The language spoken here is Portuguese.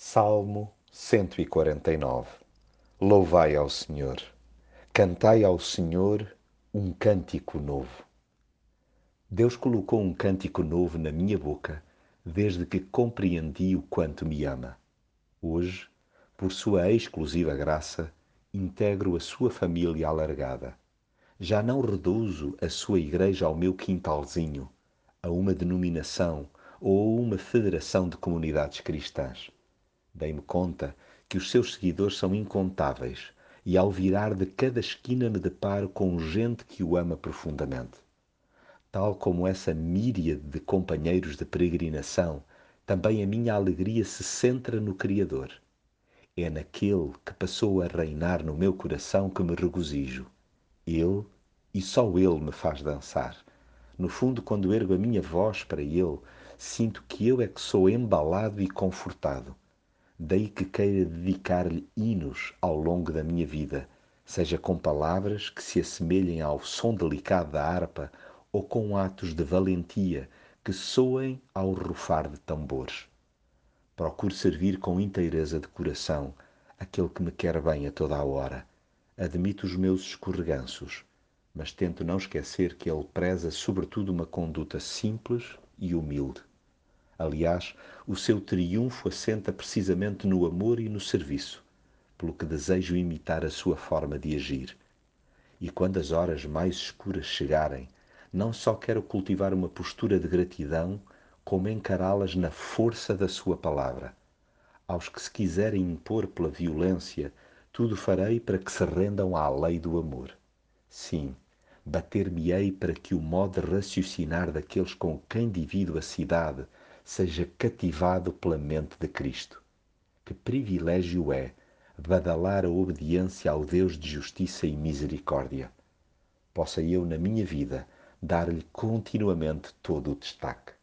Salmo 149. Louvai ao Senhor. Cantai ao Senhor um cântico novo. Deus colocou um cântico novo na minha boca desde que compreendi o quanto me ama. Hoje, por sua exclusiva graça, integro a sua família alargada. Já não reduzo a sua igreja ao meu quintalzinho, a uma denominação ou a uma federação de comunidades cristãs. Dei-me conta que os seus seguidores são incontáveis e ao virar de cada esquina me deparo com gente que o ama profundamente. Tal como essa míriade de companheiros de peregrinação, também a minha alegria se centra no Criador. É naquele que passou a reinar no meu coração que me regozijo. Ele, e só Ele, me faz dançar. No fundo, quando ergo a minha voz para Ele, sinto que eu é que sou embalado e confortado. Daí que queira dedicar-lhe hinos ao longo da minha vida, seja com palavras que se assemelhem ao som delicado da harpa ou com atos de valentia que soem ao rufar de tambores. Procuro servir com inteireza de coração aquele que me quer bem a toda a hora. Admito os meus escorreganços, mas tento não esquecer que ele preza sobretudo uma conduta simples e humilde. Aliás, o seu triunfo assenta precisamente no amor e no serviço, pelo que desejo imitar a sua forma de agir. E quando as horas mais escuras chegarem, não só quero cultivar uma postura de gratidão, como encará-las na força da sua palavra. Aos que se quiserem impor pela violência, tudo farei para que se rendam à lei do amor. Sim, bater-me-ei para que o modo de raciocinar daqueles com quem divido a cidade seja cativado pela mente de Cristo. Que privilégio é badalar a obediência ao Deus de justiça e misericórdia. Possa eu, na minha vida, dar-lhe continuamente todo o destaque.